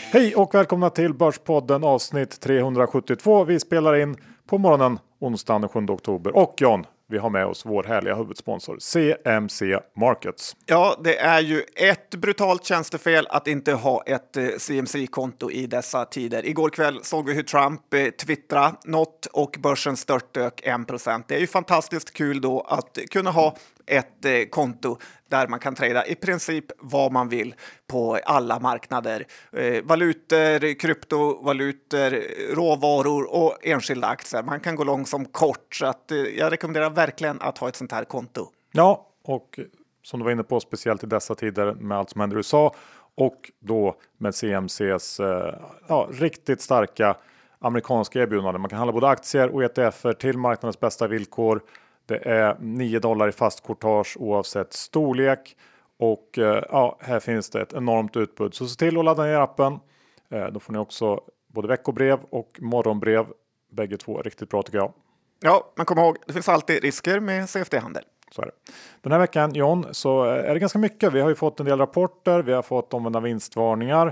Hej och välkomna till Börspodden avsnitt 372. Vi spelar in på morgonen onsdagen den 7 oktober. Och John, vi har med oss vår härliga huvudsponsor CMC Markets. Ja, det är ju ett brutalt tjänstefel att inte ha ett CMC-konto i dessa tider. Igår kväll såg vi hur Trump twittrade något och börsen störtdök 1%. Det är ju fantastiskt kul då att kunna ha ett konto där man kan trada i princip vad man vill på alla marknader. Valutor, kryptovalutor, råvaror och enskilda aktier. Man kan gå långt som kort, så att jag rekommenderar verkligen att ha ett sånt här konto. Ja, och som du var inne på, speciellt i dessa tider med allt som händer i USA och då med CMCs riktigt starka amerikanska erbjudanden. Man kan handla både aktier och ETFer till marknadens bästa villkor. Det är $9 i fast courtage oavsett storlek och här finns det ett enormt utbud. Så se till att ladda ner appen. Då får ni också både veckobrev och morgonbrev. Bägge två riktigt bra tycker jag. Ja, men kom ihåg, det finns alltid risker med CFD-handel. Så är det. Den här veckan, John, så är det ganska mycket. Vi har ju fått en del rapporter, vi har fått omvända vinstvarningar.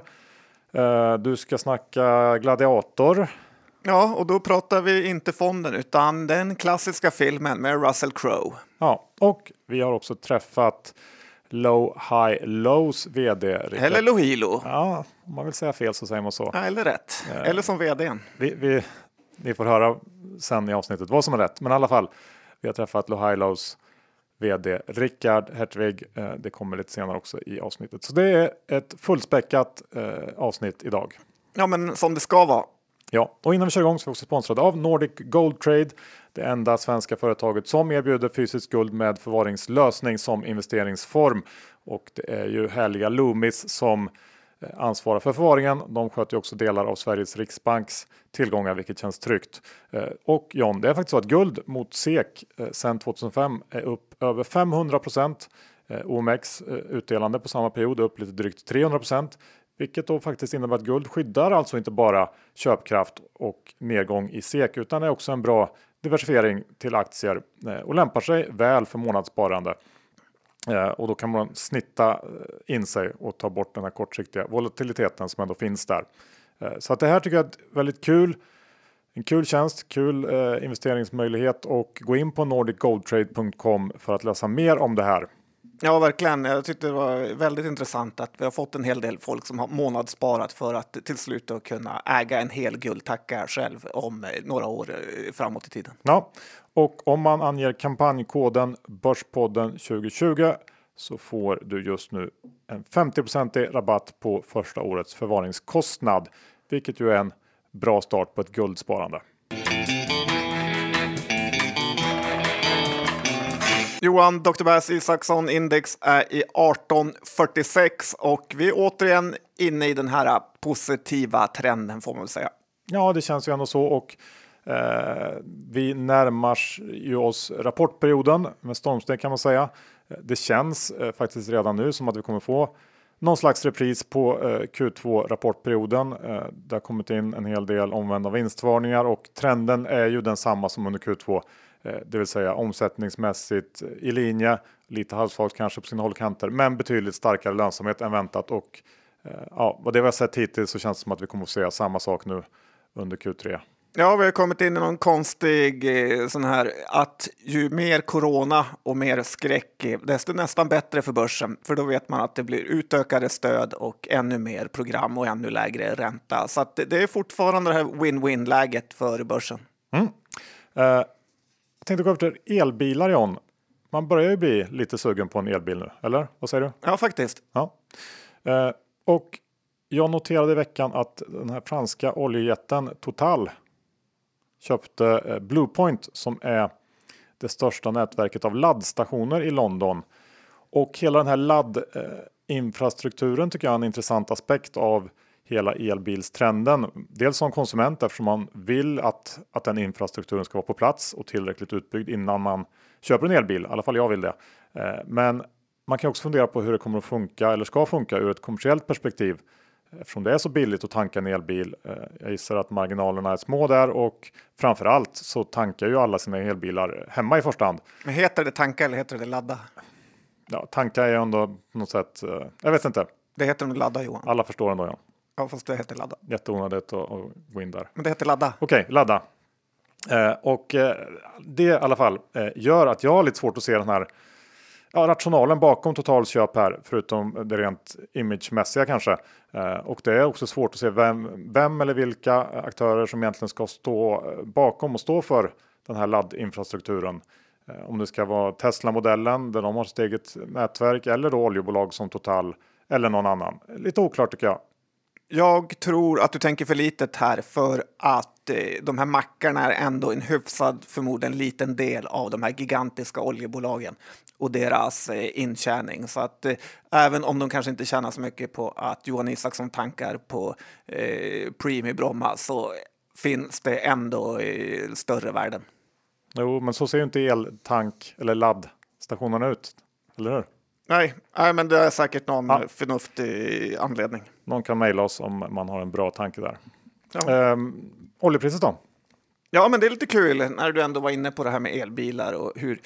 Du ska snacka Gladiator. Ja, och då pratar vi inte fonden utan den klassiska filmen med Russell Crowe. Ja, och vi har också träffat Low High Lows vd. Eller Lohilo. Ja, om man vill säga fel så säger man så. Ja, eller rätt. Eller som vdn. Ni får höra sen i avsnittet vad som är rätt. Men i alla fall, vi har träffat Low High Lows vd Rickard Hertvig. Det kommer lite senare också i avsnittet. Så det är ett fullspäckat avsnitt idag. Ja, men som det ska vara. Ja, och innan vi kör igång så är vi också sponsrade av Nordic Gold Trade. Det enda svenska företaget som erbjuder fysiskt guld med förvaringslösning som investeringsform. Och det är ju härliga Loomis som ansvarar för förvaringen. De sköter ju också delar av Sveriges Riksbanks tillgångar, vilket känns tryggt. Och John, det är faktiskt så att guld mot SEK sedan 2005 är upp över 500%. OMX utdelande på samma period upp lite drygt 300%. Vilket då faktiskt innebär att guld skyddar alltså inte bara köpkraft och nedgång i SEK utan är också en bra diversifiering till aktier och lämpar sig väl för månadssparande. Och då kan man snitta in sig och ta bort den här kortsiktiga volatiliteten som ändå finns där. Så att det här tycker jag är väldigt kul. En kul tjänst, kul investeringsmöjlighet och gå in på nordicgoldtrade.com för att läsa mer om det här. Ja, verkligen. Jag tyckte det var väldigt intressant att vi har fått en hel del folk som har månadssparat för att till slut då kunna äga en hel guldtacka själv om några år framåt i tiden. Ja, och om man anger kampanjkoden Börspodden 2020 så får du just nu en 50% rabatt på första årets förvaringskostnad, vilket ju är en bra start på ett guldsparande. Johan, Dr. Bass Isaksson index är i 1846 och vi är återigen inne i den här positiva trenden får man väl säga. Ja, det känns ju ändå så och vi närmar ju oss rapportperioden med stormsteg kan man säga. Det känns faktiskt redan nu som att vi kommer få någon slags repris på Q2-rapportperioden. Det har kommit in en hel del omvända vinstvarningar och trenden är ju densamma som under Q2. Det vill säga omsättningsmässigt i linje, lite halvsvagt kanske på sina hållkanter, men betydligt starkare lönsamhet än väntat. Och vad det vi har sett hittills så känns det som att vi kommer att se samma sak nu under Q3. Ja, vi har kommit in i någon konstig sån här att ju mer corona och mer skräck desto nästan bättre för börsen. För då vet man att det blir utökade stöd och ännu mer program och ännu lägre ränta. Så att det är fortfarande det här win-win-läget för börsen. Jag tänkte gå över till elbilar, John. Man börjar ju bli lite sugen på en elbil nu, eller? Vad säger du? Ja, faktiskt. Ja. Och jag noterade i veckan att den här franska oljejätten Total köpte Bluepoint som är det största nätverket av laddstationer i London. Och hela den här laddinfrastrukturen tycker jag är en intressant aspekt av hela elbilstrenden. Dels som konsument eftersom man vill att den infrastrukturen ska vara på plats och tillräckligt utbyggd innan man köper en elbil. I alla fall jag vill det. Men man kan också fundera på hur det kommer att funka eller ska funka ur ett kommersiellt perspektiv. Eftersom det är så billigt att tanka en elbil. Jag gissar att marginalerna är små där och framförallt så tankar ju alla sina elbilar hemma i första hand. Men heter det tanka eller heter det ladda? Ja, tanka är ändå på något sätt, jag vet inte. Det heter nog ladda, Johan. Alla förstår ändå, ja. Ja, fast det heter ladda. Jätteonödigt att gå in där. Men det heter ladda. Okej, ladda. Det i alla fall gör att jag har lite svårt att se den här rationalen bakom totalköp här, förutom det rent imagemässiga kanske. Och det är också svårt att se vem eller vilka aktörer som egentligen ska stå bakom och stå för den här laddinfrastrukturen. Om det ska vara Tesla-modellen där de har sitt eget nätverk, eller då oljebolag som Total eller någon annan. Lite oklart tycker jag. Jag tror att du tänker för litet här, för att de här mackarna är ändå en hyfsad, förmodligen liten del av de här gigantiska oljebolagen och deras intjäning. Så att även om de kanske inte tjänar så mycket på att Johan Isaksson tankar på Preem i Bromma, så finns det ändå större värden. Jo, men så ser ju inte eltank eller laddstationerna ut, eller hur? Nej, men det är säkert någon förnuftig anledning. Någon kan mejla oss om man har en bra tanke där. Ja. Oljepriset då? Ja, men det är lite kul när du ändå var inne på det här med elbilar och hur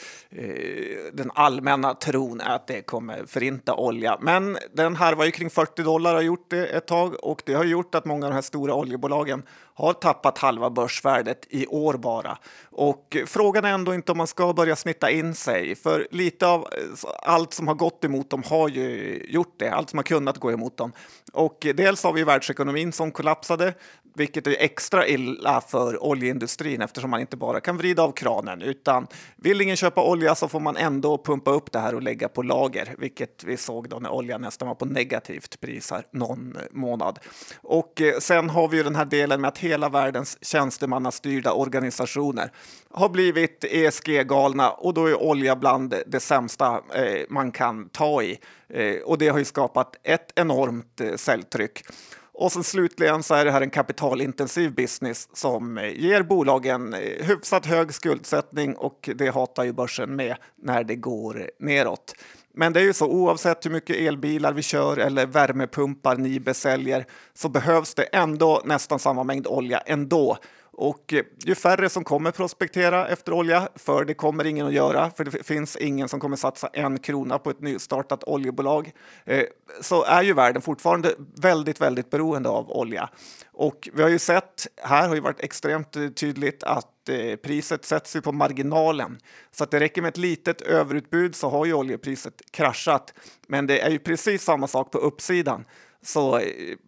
den allmänna tron är att det kommer förinta olja. Men den här var ju kring $40 har gjort det ett tag, och det har gjort att många av de här stora oljebolagen har tappat halva börsvärdet i år bara. Och frågan är ändå inte om man ska börja snitta in sig, för lite av allt som har gått emot dem har ju gjort det, allt som har kunnat gå emot dem. Och dels har vi världsekonomin som kollapsade, vilket är extra illa för oljeindustrin eftersom man inte bara kan vrida av kranen, utan vill ingen köpa olja så får man ändå pumpa upp det här och lägga på lager, vilket vi såg då när oljan nästan var på negativt pris här någon månad. Och sen har vi ju den här delen med att hela världens tjänstemannastyrda organisationer har blivit ESG-galna, och då är olja bland det sämsta man kan ta i. Och det har ju skapat ett enormt säljtryck. Och sen slutligen så är det här en kapitalintensiv business som ger bolagen hyfsat hög skuldsättning, och det hatar ju börsen med när det går neråt. Men det är ju så, oavsett hur mycket elbilar vi kör eller värmepumpar ni besäljer, så behövs det ändå nästan samma mängd olja ändå. Och ju färre som kommer prospektera efter olja, för det kommer ingen att göra, för det finns ingen som kommer satsa 1 krona på ett nystartat oljebolag, så är ju världen fortfarande väldigt, väldigt beroende av olja. Och vi har ju sett, här har ju varit extremt tydligt att priset sätts ju på marginalen. Så att det räcker med ett litet överutbud så har ju oljepriset kraschat. Men det är ju precis samma sak på uppsidan. Så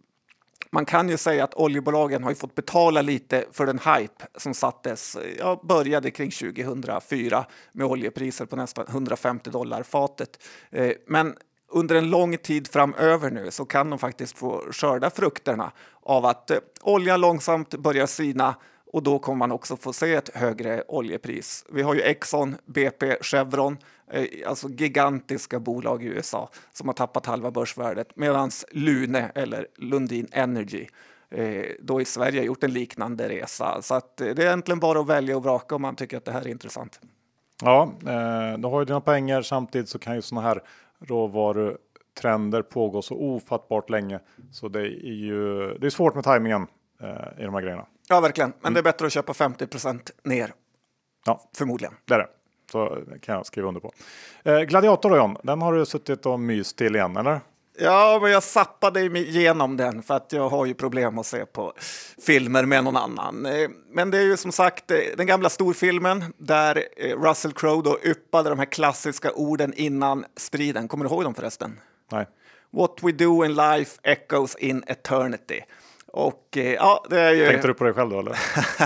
man kan ju säga att oljebolagen har ju fått betala lite för den hype som sattes, började kring 2004 med oljepriser på nästan $150 fatet. Men under en lång tid framöver nu så kan de faktiskt få skörda frukterna av att olja långsamt börjar sina, och då kommer man också få se ett högre oljepris. Vi har ju Exxon, BP, Chevron, alltså gigantiska bolag i USA som har tappat halva börsvärdet, medan Lune eller Lundin Energy då i Sverige har gjort en liknande resa. Så att det är egentligen bara att välja och vraka om man tycker att det här är intressant. Ja, du har ju dina pengar, samtidigt så kan ju såna här råvarutrender pågå så ofattbart länge. Så det är svårt med tajmingen i de här grejerna. Ja, verkligen. Men det är bättre att köpa 50% ner. Ja, förmodligen. Det är det. Så kan jag skriva under på. Gladiator då, John, den har du suttit och myst till igen, eller? Ja, men jag zappade igenom den för att jag har ju problem att se på filmer med någon annan. Men det är ju som sagt den gamla storfilmen där Russell Crowe då yppade de här klassiska orden innan striden. Kommer du ihåg dem förresten? Nej. What we do in life echoes in eternity. Och ja, det är ju... Tänkte du på dig själv då, eller?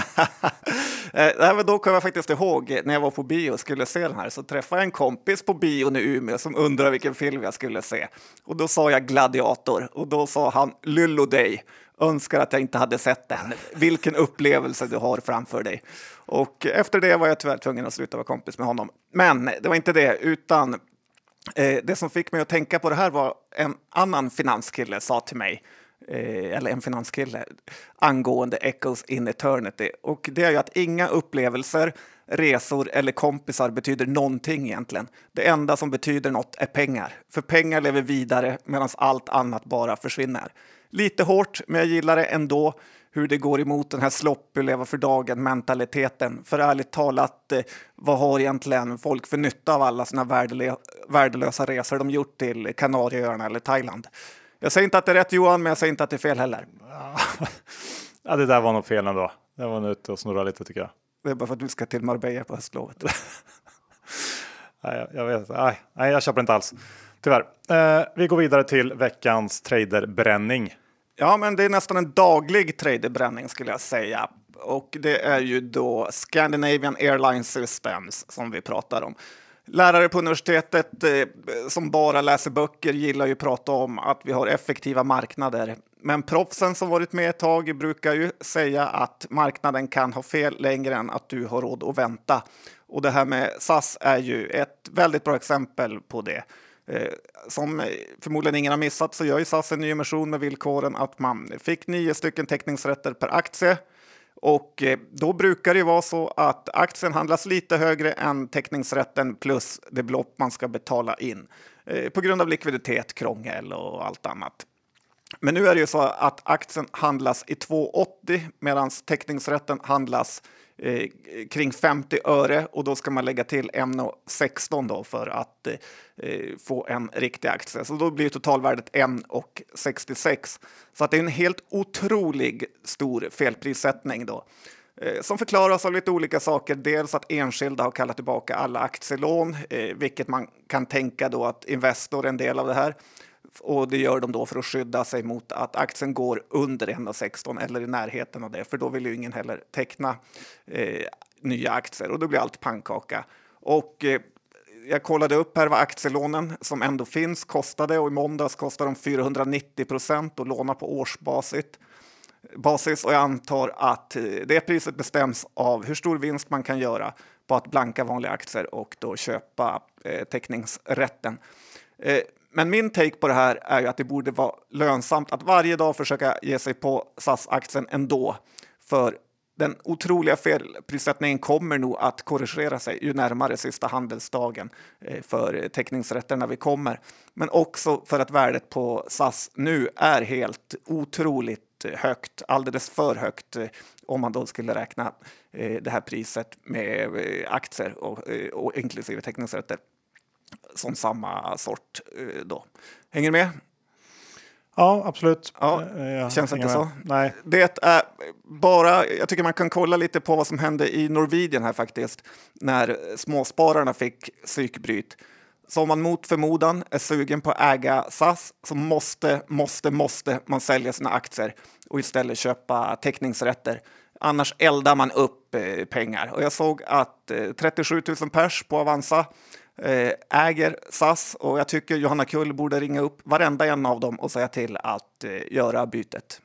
Då kommer jag faktiskt ihåg när jag var på bio och skulle se den här, så träffade jag en kompis på bion i Umeå som undrade vilken film jag skulle se. Och då sa jag Gladiator, och då sa han Lyllo dig. Önskar att jag inte hade sett den. Vilken upplevelse du har framför dig. Och efter det var jag tyvärr tvungen att sluta vara kompis med honom. Men det var inte det, utan det som fick mig att tänka på det här var en annan finanskille sa till mig, eller en finanskille, angående Echoes in Eternity. Och det är ju att inga upplevelser, resor eller kompisar betyder någonting egentligen. Det enda som betyder något är pengar. För pengar lever vidare medan allt annat bara försvinner. Lite hårt, men jag gillar det ändå, hur det går emot den här sloppy leva för dagen mentaliteten. För ärligt talat, vad har egentligen folk för nytta av alla såna värdelösa resor de gjort till Kanarieöarna eller Thailand? Jag säger inte att det är rätt Johan, men jag säger inte att det är fel heller. Ja, det där var nog fel ändå. Det var nog ute och snurra lite tycker jag. Det är bara för att du ska till Marbella på höstlovet. Nej, jag vet. Nej, jag köper inte alls. Tyvärr. Vi går vidare till veckans traderbränning. Ja, men det är nästan en daglig traderbränning skulle jag säga. Och det är ju då Scandinavian Airlines Systems som vi pratar om. Lärare på universitetet som bara läser böcker gillar ju att prata om att vi har effektiva marknader. Men proffsen som varit med ett tag brukar ju säga att marknaden kan ha fel längre än att du har råd att vänta. Och det här med SAS är ju ett väldigt bra exempel på det. Som förmodligen ingen har missat så gör ju SAS en ny emission med villkoren att man fick 9 stycken teckningsrätter per aktie. Och då brukar det vara så att aktien handlas lite högre än teckningsrätten plus det belopp man ska betala in. På grund av likviditet, krångel och allt annat. Men nu är det ju så att aktien handlas i 2,80 medan teckningsrätten handlas kring 50 öre och då ska man lägga till 1,16 då för att få en riktig aktie. Så då blir totalvärdet 1,66. Så att det är en helt otrolig stor felprissättning då. Som förklaras av lite olika saker. Dels att enskilda har kallat tillbaka alla aktielån, vilket man kan tänka då att Investor är en del av det här. Och det gör de då för att skydda sig mot att aktien går under 1,16 eller i närheten av det. För då vill ju ingen heller teckna nya aktier och då blir allt pannkaka. Och jag kollade upp här vad aktielånen som ändå finns kostade och i måndags kostar de 490% och låna på årsbasis. Och jag antar att det priset bestäms av hur stor vinst man kan göra på att blanka vanliga aktier och då köpa teckningsrätten. Men min take på det här är ju att det borde vara lönsamt att varje dag försöka ge sig på SAS-aktien ändå. För den otroliga felprissättningen kommer nog att korrigera sig ju närmare sista handelsdagen för teckningsrätterna vi kommer. Men också för att värdet på SAS nu är helt otroligt högt, alldeles för högt om man då skulle räkna det här priset med aktier och inklusive teckningsrätter som samma sort då. Hänger du med? Ja, absolut. Ja, känns inte så. Nej. Det är bara, jag tycker man kan kolla lite på vad som hände i Norwegian här faktiskt, när småspararna fick psykbryt. Så om man mot förmodan är sugen på att äga SAS så måste man sälja sina aktier och istället köpa teckningsrätter. Annars eldar man upp pengar. Och jag såg att 37 000 pers på Avanza äger SAS och jag tycker Johanna Kull borde ringa upp varenda en av dem och säga till att göra bytet.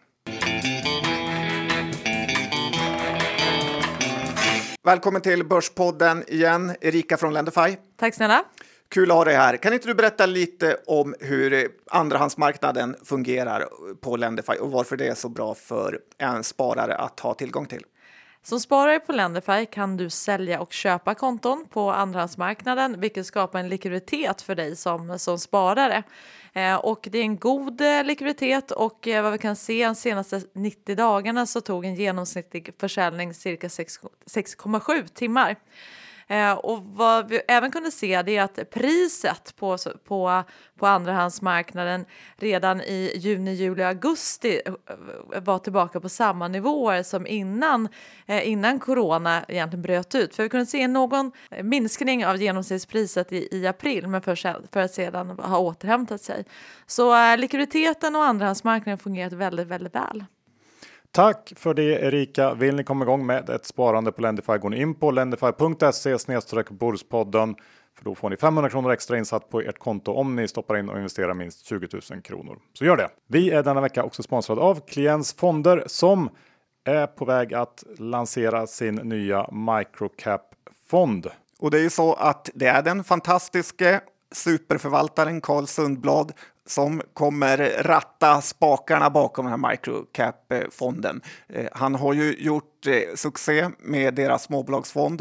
Välkommen till Börspodden igen, Erika från Lendify. Tack snälla. Kul att ha dig här. Kan inte du berätta lite om hur andrahandsmarknaden fungerar på Lendify och varför det är så bra för en sparare att ha tillgång till? Som sparare på Lendify kan du sälja och köpa konton på andrahandsmarknaden, vilket skapar en likviditet för dig som sparare. Och det är en god likviditet och vad vi kan se de senaste 90 dagarna så tog en genomsnittlig försäljning cirka 6,7 timmar. Och vad vi även kunde se det är att priset på andrahandsmarknaden redan i juni, juli, augusti var tillbaka på samma nivåer som innan corona egentligen bröt ut. För vi kunde se någon minskning av genomsnittspriset i april men för att sedan ha återhämtat sig. Så likviditeten och andrahandsmarknaden fungerat väldigt, väldigt väl. Tack för det Erika. Vill ni komma igång med ett sparande på Lendify går ni in på lendify.se/Börspodden för då får ni 500 kronor extra insatt på ert konto om ni stoppar in och investerar minst 20 000 kronor. Så gör det. Vi är denna vecka också sponsrade av Klients Fonder som är på väg att lansera sin nya microcap-fond. Och det är ju så att det är den fantastiske superförvaltaren Carl Sundblad som kommer ratta spakarna bakom den här microcap-fonden. Han har ju gjort succé med deras småbolagsfond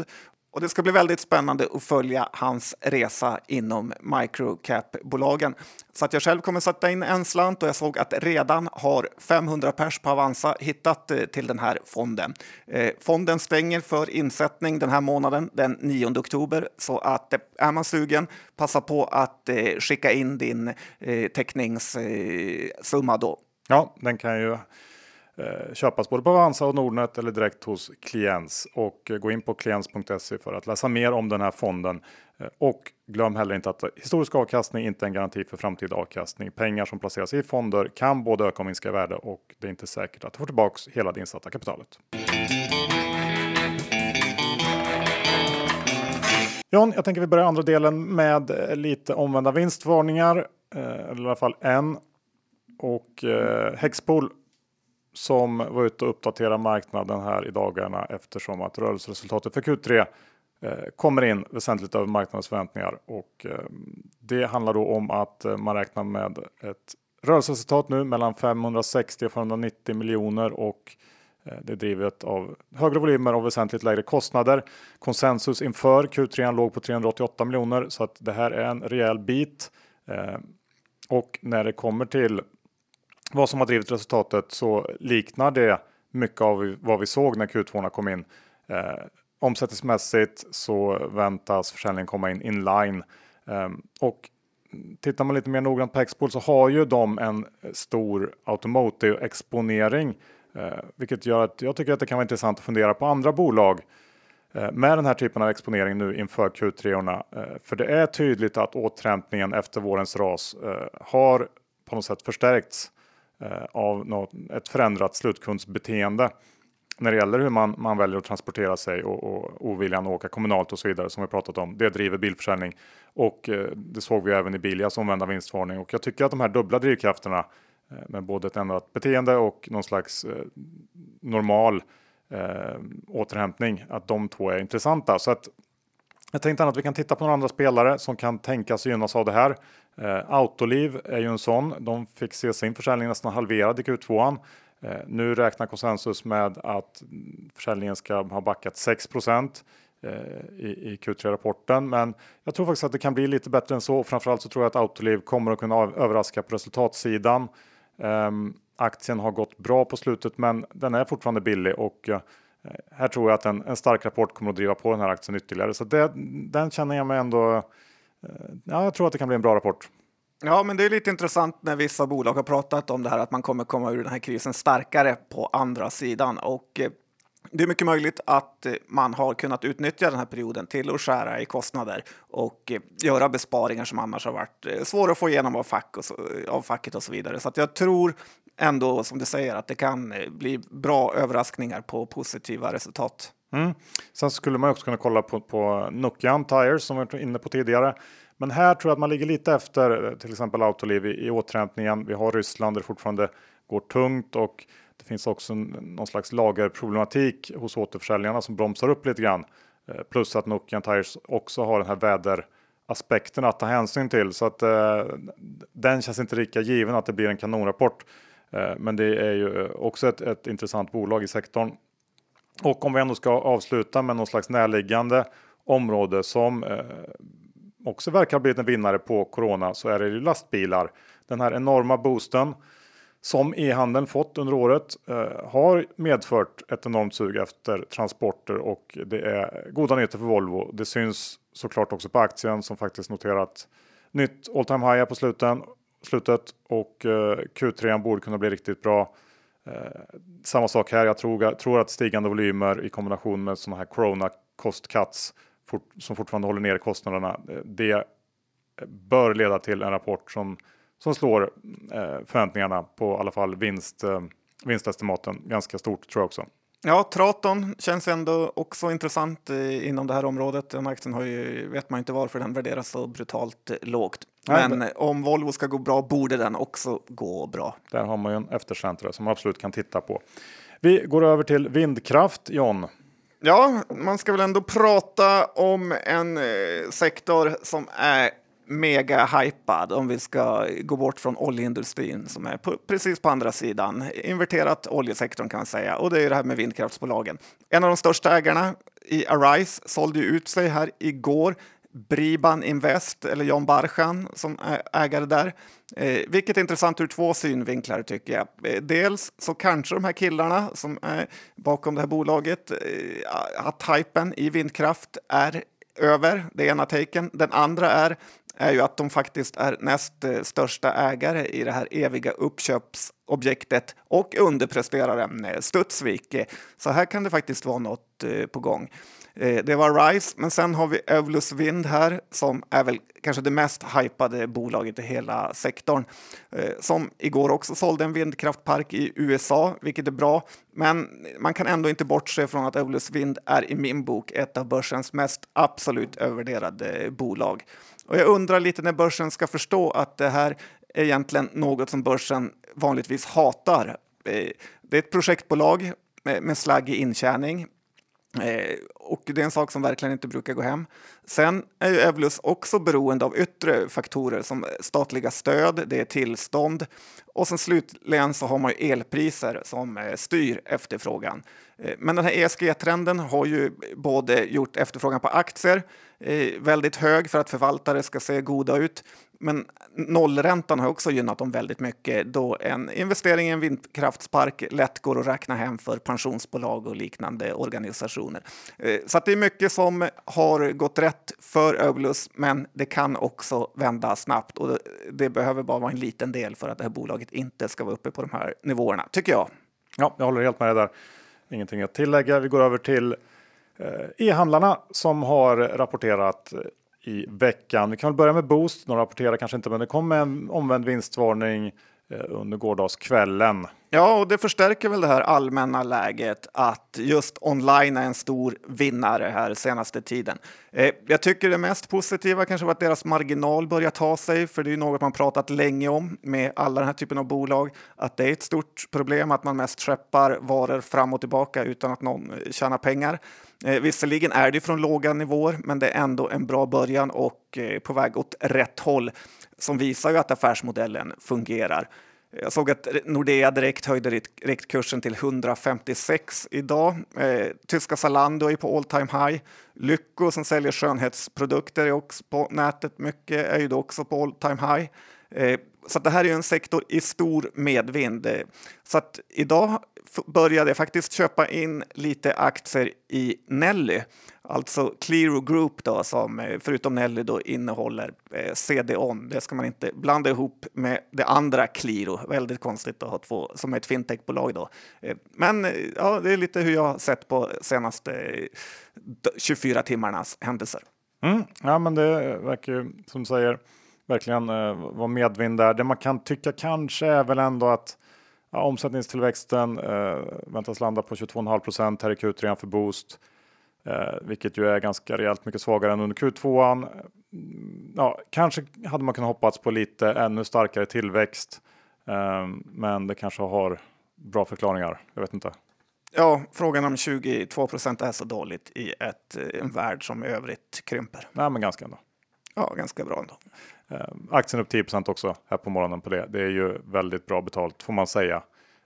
Och det ska bli väldigt spännande att följa hans resa inom microcap-bolagen. Så att jag själv kommer sätta in en slant och jag såg att redan har 500 pers på Avanza hittat till den här fonden. Fonden stänger för insättning den här månaden, den 9 oktober. Så att är man sugen, passa på att skicka in din teckningssumma då. Ja, den kan ju köpas både på Avanza och Nordnet eller direkt hos Kliens. Och gå in på kliens.se för att läsa mer om den här fonden. Och glöm heller inte att historisk avkastning inte är en garanti för framtida avkastning. Pengar som placeras i fonder kan både öka och minska i värde och det är inte säkert att du får tillbaka hela det insatta kapitalet. John, jag tänker vi börjar andra delen med lite omvända vinstvarningar. Eller i alla fall en. Och Hexpol som var ute och uppdaterade marknaden här i dagarna eftersom att rörelseresultatet för Q3 kommer in väsentligt över marknadens förväntningar. Och det handlar då om att man räknar med ett rörelseresultat nu mellan 560 och 590 miljoner och det är drivet av högre volymer och väsentligt lägre kostnader. Konsensus inför Q3 låg på 388 miljoner så att det här är en rejäl bit. Och när det kommer till vad som har drivit resultatet så liknar det mycket av vad vi såg när Q2 kom in. Omsättningsmässigt så väntas försäljningen komma in inline. Och tittar man lite mer noggrant på Hexpol så har ju de en stor automotive-exponering. Vilket gör att jag tycker att det kan vara intressant att fundera på andra bolag med den här typen av exponering nu inför Q3-orna. För det är tydligt att återhämtningen efter vårens ras har på något sätt förstärkts av ett förändrat slutkundsbeteende när det gäller hur man väljer att transportera sig och oviljan att åka kommunalt och så vidare som vi pratat om. Det driver bilförsäljning och det såg vi även i Bilias omvända vinstvarning. Och jag tycker att de här dubbla drivkrafterna med både ett ändrat beteende och någon slags normal återhämtning, att de två är intressanta. Så att jag tänkte att vi kan titta på några andra spelare som kan tänkas gynnas av det här. Autoliv är ju en sån. De fick se sin försäljning nästan halverad i Q2. Nu räknar konsensus med att försäljningen ska ha backat 6% i Q3-rapporten. Men jag tror faktiskt att det kan bli lite bättre än så. Framförallt så tror jag att Autoliv kommer att kunna överraska på resultatsidan. Aktien har gått bra på slutet men den är fortfarande billig och här tror jag att en stark rapport kommer att driva på den här aktien ytterligare. Så den känner jag mig ändå... jag tror att det kan bli en bra rapport. Ja, men det är lite intressant när vissa bolag har pratat om det här att man kommer komma ur den här krisen starkare på andra sidan. Och det är mycket möjligt att man har kunnat utnyttja den här perioden till att skära i kostnader och göra besparingar som annars har varit svåra att få igenom av facket och så vidare. Så att jag tror ändå, som du säger, att det kan bli bra överraskningar på positiva resultat. Sen skulle man också kunna kolla på Nokian Tires som vi var inne på tidigare. Men här tror jag att man ligger lite efter till exempel Autoliv i återhämtningen. Vi har Ryssland där det fortfarande går tungt och det finns också någon slags lagerproblematik hos återförsäljarna som bromsar upp lite grann. Plus att Nokian Tires också har den här väderaspekten att ta hänsyn till. Så att den känns inte lika given att det blir en kanonrapport. Men det är ju också ett intressant bolag i sektorn. Och om vi ändå ska avsluta med någon slags närliggande område som också verkar ha blivit en vinnare på corona så är det ju lastbilar. Den här enorma boosten som e-handeln fått under året har medfört ett enormt sug efter transporter och det är goda nyheter för Volvo. Det syns såklart också på aktien som faktiskt noterat nytt all time high på slutet och Q3 borde kunna bli riktigt bra. Samma sak här, jag tror att stigande volymer i kombination med sådana här corona cost cuts som fortfarande håller ner kostnaderna, det bör leda till en rapport som slår förväntningarna på i alla fall vinstestimaten ganska stort tror jag också. Ja, Traton känns ändå också intressant inom det här området. Den aktien vet man inte varför den värderas så brutalt lågt. Men om Volvo ska gå bra borde den också gå bra. Där har man ju en eftercentrare som man absolut kan titta på. Vi går över till vindkraft, John. Ja, man ska väl ändå prata om en sektor som är mega hypad om vi ska gå bort från oljeindustrin som är precis på andra sidan. Inverterat oljesektorn kan man säga och det är det här med vindkraftsbolagen. En av de största ägarna i Arise sålde ju ut sig här igår. Briban Invest, eller Jan Barchan som är ägare där. Vilket är intressant ur 2 synvinklar tycker jag. Dels så kanske de här killarna som är bakom det här bolaget, att hypen i vindkraft är över, det ena taken. Den andra är ju att de faktiskt är näst största ägare i det här eviga uppköpsobjektet och underpresteraren Studsvik. Så här kan det faktiskt vara något på gång. Det var Rise, men sen har vi Evolus Wind här som är väl kanske det mest hypade bolaget i hela sektorn. Som igår också sålde en vindkraftpark i USA, vilket är bra. Men man kan ändå inte bortse från att Evolus Wind är i min bok ett av börsens mest absolut övervärderade bolag. Och jag undrar lite när börsen ska förstå att det här är egentligen något som börsen vanligtvis hatar. Det är ett projektbolag med slaggig intjäning. Och det är en sak som verkligen inte brukar gå hem. Sen är ju Evolus också beroende av yttre faktorer som statliga stöd, det är tillstånd och sen slutligen så har man ju elpriser som styr efterfrågan. Men den här ESG-trenden har ju både gjort efterfrågan på aktier väldigt hög för att förvaltare ska se goda ut. Men nollräntan har också gynnat dem väldigt mycket då en investering i en vindkraftspark lätt går att räkna hem för pensionsbolag och liknande organisationer. Så att det är mycket som har gått rätt för Evolus, men det kan också vända snabbt och det behöver bara vara en liten del för att det här bolaget inte ska vara uppe på de här nivåerna, tycker jag. Ja, jag håller helt med där. Ingenting att tillägga. Vi går över till e-handlarna som har rapporterat i veckan. Vi kan väl börja med Boozt. De rapporterar kanske inte, men det kom en omvänd vinstvarning under gårdagskvällen. Ja, och det förstärker väl det här allmänna läget att just online är en stor vinnare här senaste tiden. Jag tycker det mest positiva kanske var att deras marginal börjar ta sig, för det är ju något man pratat länge om med alla den här typen av bolag, att det är ett stort problem att man mest skeppar varor fram och tillbaka utan att någon tjänar pengar. Visserligen är det från låga nivåer, men det är ändå en bra början och på väg åt rätt håll som visar ju att affärsmodellen fungerar. Jag såg att Nordea direkt höjde riktkursen till 156 idag. Tyska Zalando är på all time high. Lyko som säljer skönhetsprodukter är också på nätet mycket, är ju då också på all time high. Så det här är ju en sektor i stor medvind. Så att idag började jag faktiskt köpa in lite aktier i Nelly. Alltså Qliro Group då, som förutom Nelly då innehåller CDON. Det ska man inte blanda ihop med det andra Qliro. Väldigt konstigt att ha två som är ett fintechbolag då. Men ja, det är lite hur jag har sett på senaste 24 timmarnas händelser. Ja, men det verkar ju som säger verkligen vara medvind där. Det man kan tycka kanske är väl ändå att omsättningstillväxten väntas landa på 22,5% här i Q3 för Boozt. Vilket ju är ganska rejält mycket svagare än under Q2. Ja, kanske hade man kunnat hoppats på lite ännu starkare tillväxt. Men det kanske har bra förklaringar. Jag vet inte. Ja, frågan om 22% är så dåligt i en värld som i övrigt krymper. Nej, men ganska ändå. Ja, ganska bra ändå. Aktien upp 10% också här på morgonen på det. Det är ju väldigt bra betalt får man säga.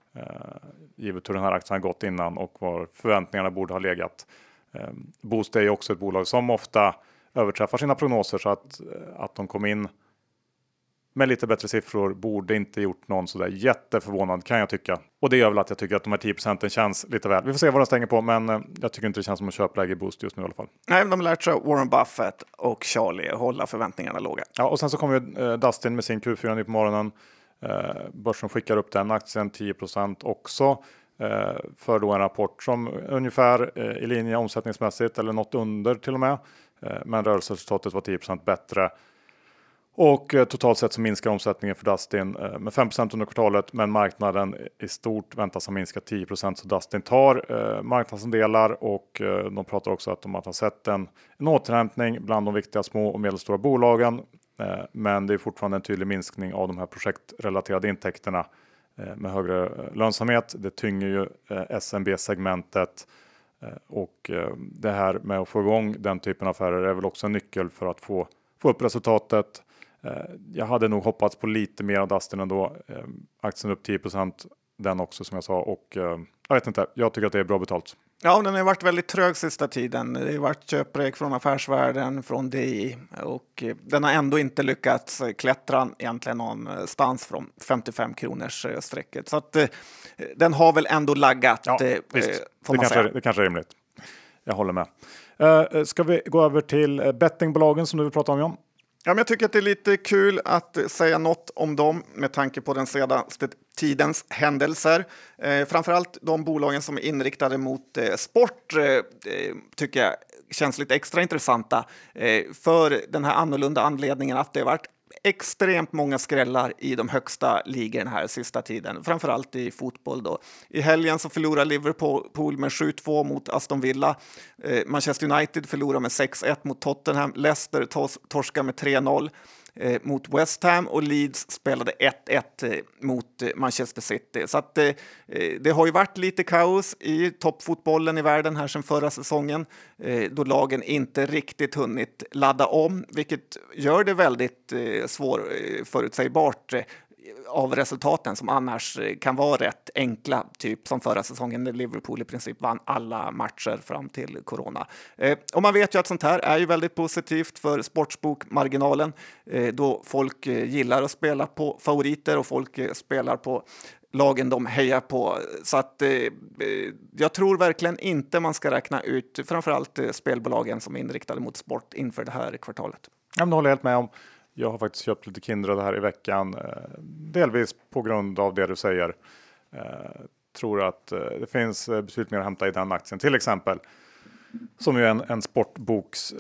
Givet hur den här aktien har gått innan och var förväntningarna borde ha legat. Boozt är ju också ett bolag som ofta överträffar sina prognoser, så att de kom in med lite bättre siffror borde inte gjort någon sådär jätteförvånad, kan jag tycka. Och det gör väl att jag tycker att de här 10% känns lite väl. Vi får se vad de stänger på, men jag tycker inte det känns som att köpläge i Boozt just nu i alla fall. Nej, de lärt sig Warren Buffett och Charlie hålla förväntningarna låga. Ja, och sen så kommer ju Dustin med sin Q4 nu på morgonen. Börsen skickar upp den aktien 10% också. För då en rapport som ungefär i linje omsättningsmässigt eller något under till och med. Men rörelseresultatet var 10% bättre. Och totalt sett så minskar omsättningen för Dustin med 5% under kvartalet, men marknaden i stort väntas ha minskat 10%, så Dustin tar marknadsandelar och de pratar också att de har sett en återhämtning bland de viktiga små och medelstora bolagen, men det är fortfarande en tydlig minskning av de här projektrelaterade intäkterna med högre lönsamhet. Det tynger ju SMB-segmentet och det här med att få igång den typen av affärer är väl också en nyckel för att få upp resultatet. Jag hade nog hoppats på lite mer av Dustin ändå. Aktien upp 10%, den också som jag sa, och jag vet inte, jag tycker att det är bra betalt. Ja, den har varit väldigt trög sista tiden. Det har varit köprek från Affärsvärlden, från DI och den har ändå inte lyckats klättra egentligen någonstans från 55 kronors strecket. Så att den har väl ändå laggat, får man säga. Det kanske är rimligt. Jag håller med. Ska vi gå över till bettingbolagen som du vill prata om, John? Ja, men jag tycker att det är lite kul att säga något om dem med tanke på den senaste tidens händelser. Framförallt de bolagen som är inriktade mot sport tycker jag känns lite extra intressanta för den här annorlunda anledningen att det har varit extremt många skrällar i de högsta ligorna här sista tiden, framförallt i fotboll då. I helgen så förlorar Liverpool med 7-2 mot Aston Villa. Manchester United förlorar med 6-1 mot Tottenham. Leicester torskar med 3-0 mot West Ham och Leeds spelade 1-1 mot Manchester City. Så att det har ju varit lite kaos i toppfotbollen i världen här sedan förra säsongen då lagen inte riktigt hunnit ladda om, vilket gör det väldigt svårförutsägbart av resultaten som annars kan vara rätt enkla, typ som förra säsongen när Liverpool i princip vann alla matcher fram till corona. Och man vet ju att sånt här är ju väldigt positivt för sportsbokmarginalen då folk gillar att spela på favoriter och folk spelar på lagen de hejar på. Så att jag tror verkligen inte man ska räkna ut framförallt spelbolagen som är inriktade mot sport inför det här kvartalet. Jag håller helt med om. Jag har faktiskt köpt lite Kindred här i veckan. Delvis på grund av det du säger. Tror att det finns betydligt mer att hämta i den aktien. Till exempel som ju en sportboks...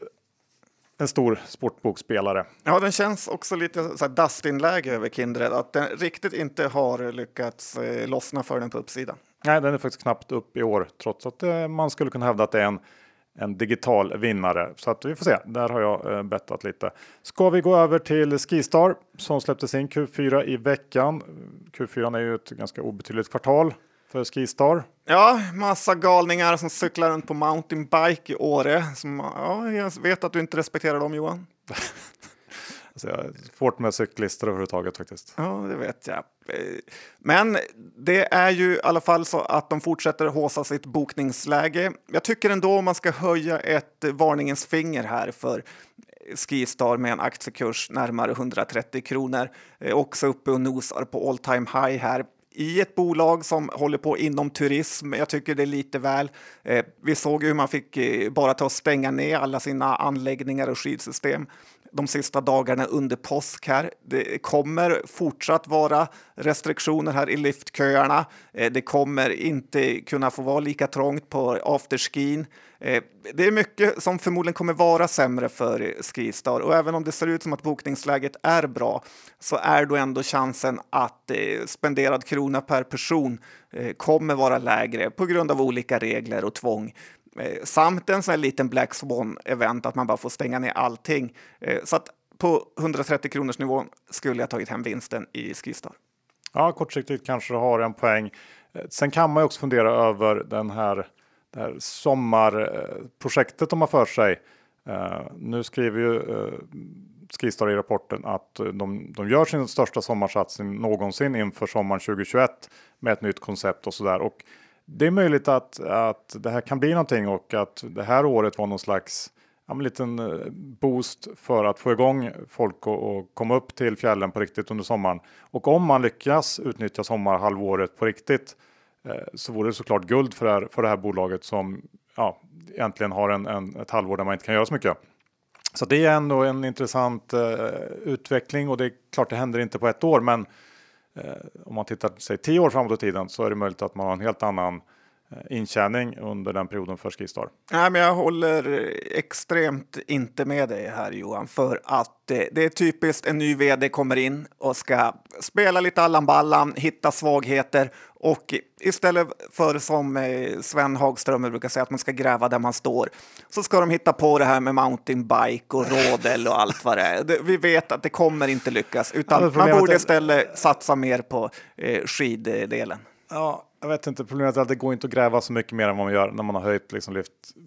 En stor sportbokspelare. Ja, den känns också lite så här Dustin-läge över Kindred. Att den riktigt inte har lyckats lossna för den på uppsidan. Nej, den är faktiskt knappt upp i år. Trots att man skulle kunna hävda att det är en digital vinnare. Så att vi får se. Där har jag bettat lite. Ska vi gå över till Skistar som släppte sin Q4 i veckan. Q4 är ju ett ganska obetydligt kvartal för Skistar. Ja, massa galningar som cyklar runt på mountainbike i Åre. Jag vet att du inte respekterar dem, Johan. Alltså jag är svårt med cyklister överhuvudtaget faktiskt. Ja, det vet jag. Men det är ju i alla fall så att de fortsätter håsa sitt bokningsläge. Jag tycker ändå man ska höja ett varningens finger här för Skistar med en aktiekurs närmare 130 kronor. Också uppe och nosar på all time high här. I ett bolag som håller på inom turism. Jag tycker det är lite väl. Vi såg hur man fick bara ta och stänga ner alla sina anläggningar och skidsystem de sista dagarna under påsk här. Det kommer fortsatt vara restriktioner här i liftköarna. Det kommer inte kunna få vara lika trångt på afterskin. Det är mycket som förmodligen kommer vara sämre för Skistar och även om det ser ut som att bokningsläget är bra så är då ändå chansen att spenderad krona per person kommer vara lägre på grund av olika regler och tvång. Samt en sån här liten Black Swan-event att man bara får stänga ner allting. Så att på 130 kronors nivå skulle jag tagit hem vinsten i Skistar. Ja, kortsiktigt kanske har en poäng. Sen kan man ju också fundera över det här sommarprojektet de har för sig. Nu skriver ju Skistar i rapporten att de gör sin största sommarsatsning någonsin inför sommaren 2021 med ett nytt koncept och sådär. Och det är möjligt att det här kan bli någonting och att det här året var någon slags liten boost för att få igång folk och komma upp till fjällen på riktigt under sommaren. Och om man lyckas utnyttja sommarhalvåret på riktigt så vore det såklart guld för det här bolaget som egentligen har ett halvår där man inte kan göra så mycket. Så det är ändå en intressant utveckling och det är klart det händer inte på ett år men om man tittar sig 10 år framåt i tiden så är det möjligt att man har en helt annan intjäning under den perioden för Skistar. Nej, men jag håller extremt inte med dig här Johan för att det är typiskt en ny vd kommer in och ska spela lite Allan Ballan, hitta svagheter och istället för som Sven Hagström brukar säga att man ska gräva där man står så ska de hitta på det här med mountainbike och rodel och allt vad det är. Vi vet att det kommer inte lyckas utan man borde istället satsa mer på skiddelen. Ja, jag vet inte. Problemet är att det går inte att gräva så mycket mer än vad man gör när man har höjt liksom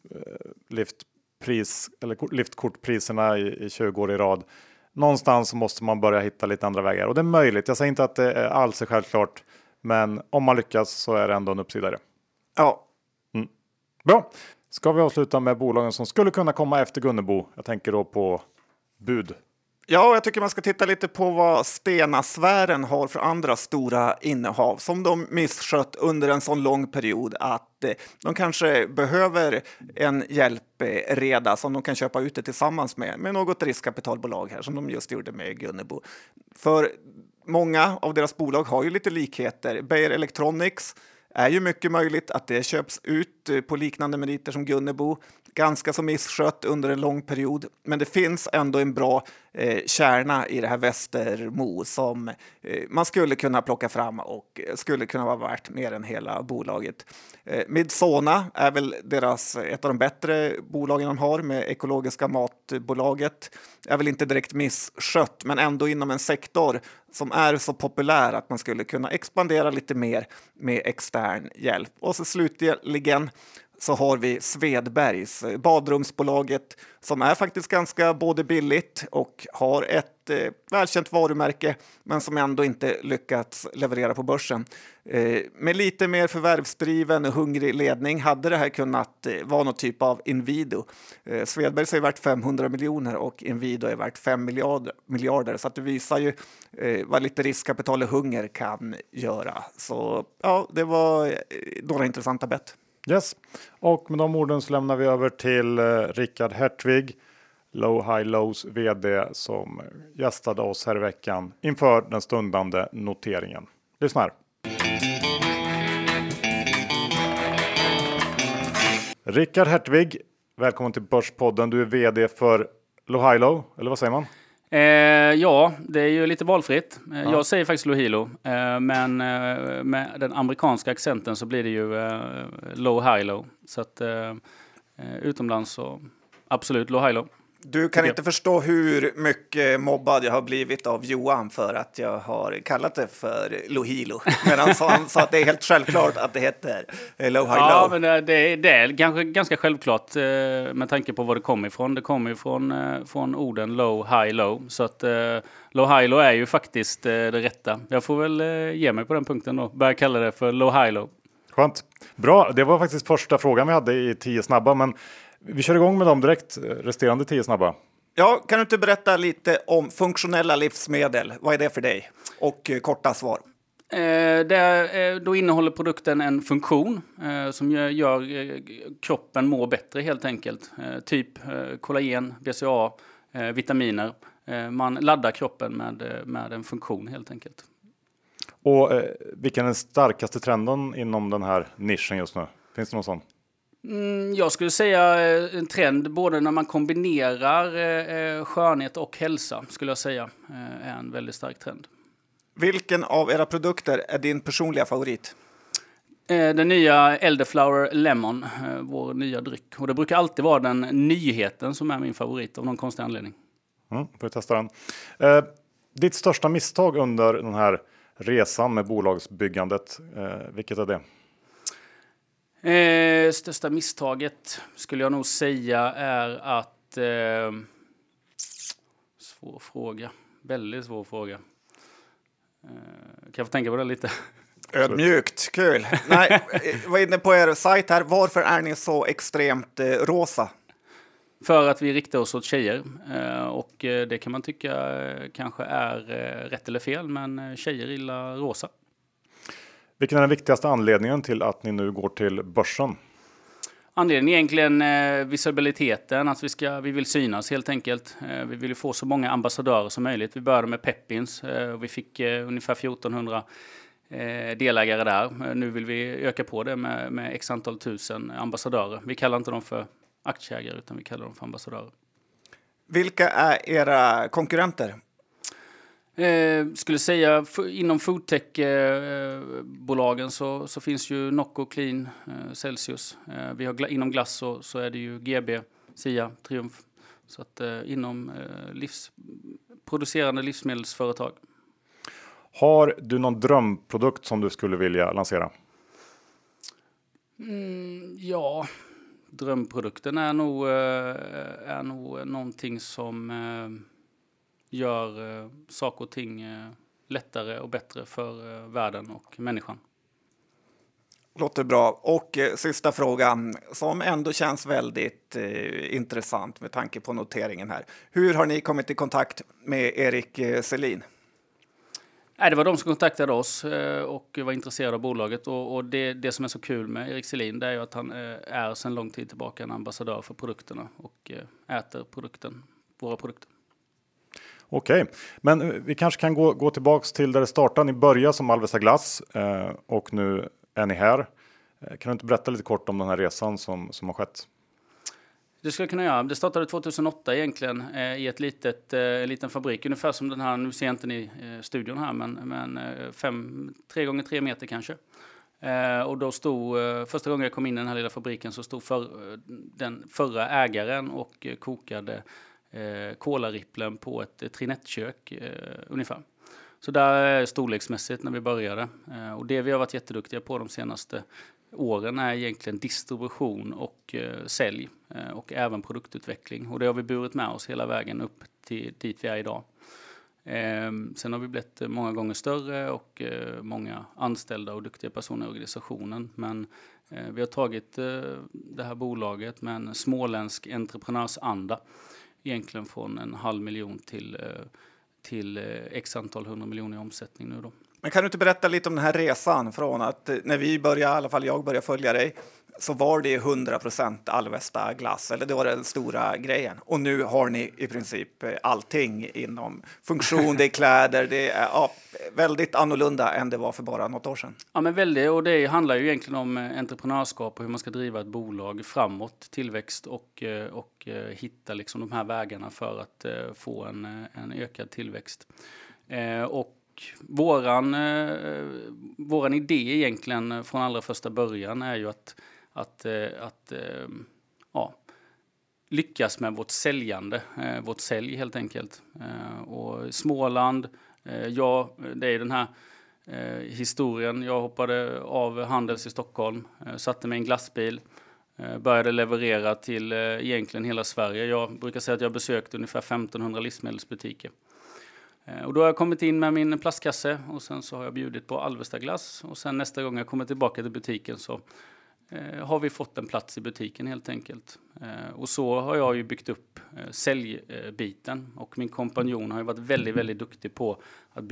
liftpris eller liftkortpriserna i 20 år i rad. Någonstans så måste man börja hitta lite andra vägar. Och det är möjligt. Jag säger inte att det är alls självklart. Men om man lyckas så är det ändå en uppsida i det. Ja. Bra, ska vi avsluta med bolagen som skulle kunna komma efter Gunnebo? Jag tänker då på bud. Ja, jag tycker man ska titta lite på vad Stena-sfären har för andra stora innehav som de misskött under en sån lång period att de kanske behöver en hjälpreda som de kan köpa ut det tillsammans med något riskkapitalbolag här som de just gjorde med Gunnebo. För många av deras bolag har ju lite likheter. Beijer Electronics är ju mycket möjligt att det köps ut på liknande meriter som Gunnebo. Ganska så misskött under en lång period. Men det finns ändå en bra kärna i det här Västermo som man skulle kunna plocka fram och skulle kunna vara värt mer än hela bolaget. Midsona är väl ett av de bättre bolagen de har med ekologiska matbolaget. Är väl inte direkt misskött men ändå inom en sektor som är så populär att man skulle kunna expandera lite mer med extern hjälp. Och så slutligen så har vi Svedbergs, badrumsbolaget som är faktiskt ganska både billigt och har ett välkänt varumärke men som ändå inte lyckats leverera på börsen. Med lite mer förvärvsdriven och hungrig ledning hade det här kunnat vara någon typ av Inwido. Svedbergs är värt 500 miljoner och Inwido är värt 5 miljarder så att det visar ju vad lite riskkapital och hunger kan göra. Så ja, det var några intressanta bett. Yes, och med de orden så lämnar vi över till Rickard Hertvig, Low High Lows vd som gästade oss här i veckan inför den stundande noteringen. Lyssna här. Rickard Hertvig, välkommen till Börspodden. Du är vd för Low High Low, eller vad säger man? Ja, det är ju lite valfritt. Jag säger faktiskt Lohilo, men med den amerikanska accenten så blir det ju Low High Low. Så att utomlands så absolut Low High Low. Du kan inte förstå hur mycket mobbad jag har blivit av Johan för att jag har kallat det för Lohilo. Men han sa att det är helt självklart att det heter Low High Low. Ja, men det är kanske ganska självklart med tanke på var det kommer ifrån. Det kommer ju från orden Low High Low. Så att Low High Low är ju faktiskt det rätta. Jag får väl ge mig på den punkten då. Börja kalla det för Low High Low. Skönt. Bra, det var faktiskt första frågan vi hade i 10 snabba, men vi kör igång med dem direkt, resterande 10 snabba. Ja, kan du inte berätta lite om funktionella livsmedel? Vad är det för dig? Och korta svar. Då innehåller produkten en funktion som gör kroppen må bättre helt enkelt. Typ kollagen, BCA, vitaminer. Man laddar kroppen med en funktion helt enkelt. Och vilken är den starkaste trenden inom den här nischen just nu? Finns det någon sån? Jag skulle säga en trend både när man kombinerar skönhet och hälsa skulle jag säga är en väldigt stark trend. Vilken av era produkter är din personliga favorit? Den nya Elderflower Lemon, vår nya dryck. Och det brukar alltid vara den nyheten som är min favorit av någon konstig anledning. Får vi testa den. Ditt största misstag under den här resan med bolagsbyggandet, vilket är det? Största misstaget skulle jag nog säga är att svår fråga, väldigt svår fråga. Kan jag få tänka på det lite? Ödmjukt, kul. Nej, var inne på er sajt här. Varför är ni så extremt rosa? För att vi riktar oss åt tjejer och det kan man tycka kanske är rätt eller fel, men tjejer gillar rosa. Vilken är den viktigaste anledningen till att ni nu går till börsen? Anledningen är egentligen visibiliteten, att vi vill synas helt enkelt. Vi vill få så många ambassadörer som möjligt. Vi började med Peppins och vi fick ungefär 1400 delägare där. Nu vill vi öka på det med x antal tusen ambassadörer. Vi kallar inte dem för aktieägare utan vi kallar dem för ambassadörer. Vilka är era konkurrenter? Skulle säga inom foodtech-bolagen så finns ju Nocco, Clean, Celsius. Vi har inom glass så är det ju GB, Sia, Triumf. Så att inom producerande livsmedelsföretag. Har du någon drömprodukt som du skulle vilja lansera? Ja, drömprodukten är nog någonting som gör saker och ting lättare och bättre för världen och människan. Låter bra. Och sista frågan som ändå känns väldigt intressant med tanke på noteringen här. Hur har ni kommit i kontakt med Erik Selin? Det var de som kontaktade oss och var intresserade av bolaget. Och det som är så kul med Erik Selin, det är ju att han är sedan lång tid tillbaka en ambassadör för produkterna och äter våra produkter. Okej, men vi kanske kan gå tillbaks till där det startade. Ni började som Alvesta Glass och nu är ni här. Kan du inte berätta lite kort om den här resan som har skett? Det skulle jag kunna göra. Det startade 2008 egentligen i en liten fabrik. Ungefär som den här, nu ser jag inte ni studion här, men 3x3 meter kanske. Och då stod, första gången jag kom in i den här lilla fabriken så stod den förra ägaren och kokade kolaripplen på ett trinettkök ungefär. Så där är storleksmässigt när vi började. Och det vi har varit jätteduktiga på de senaste åren är egentligen distribution och sälj och även produktutveckling. Och det har vi burit med oss hela vägen upp till dit vi är idag. Sen har vi blivit många gånger större och många anställda och duktiga personer i organisationen. Men vi har tagit det här bolaget med en småländsk entreprenörsanda. Egentligen från 500 000 till x antal 100 miljoner i omsättning nu då. Men kan du inte berätta lite om den här resan från att när vi började, i alla fall jag började följa dig, så var det 100% Alvesta Glass, eller det var den stora grejen. Och nu har ni i princip allting inom funktion, det är kläder, det är väldigt annorlunda än det var för bara något år sedan. Ja, men väldigt, och det handlar ju egentligen om entreprenörskap och hur man ska driva ett bolag framåt, tillväxt och hitta liksom de här vägarna för att få en ökad tillväxt. Och våran idé egentligen från allra första början är ju att lyckas med vårt säljande, vårt sälj helt enkelt. Och Småland, det är den här historien. Jag hoppade av Handels i Stockholm, satte mig i en glassbil, började leverera till egentligen hela Sverige. Jag brukar säga att jag besökt ungefär 1500 livsmedelsbutiker. Och då har jag kommit in med min plastkasse och sen så har jag bjudit på Alvesta Glass. Och sen nästa gång jag kommer tillbaka till butiken så har vi fått en plats i butiken helt enkelt. Och så har jag ju byggt upp säljbiten. Och min kompanjon har ju varit väldigt, väldigt duktig på att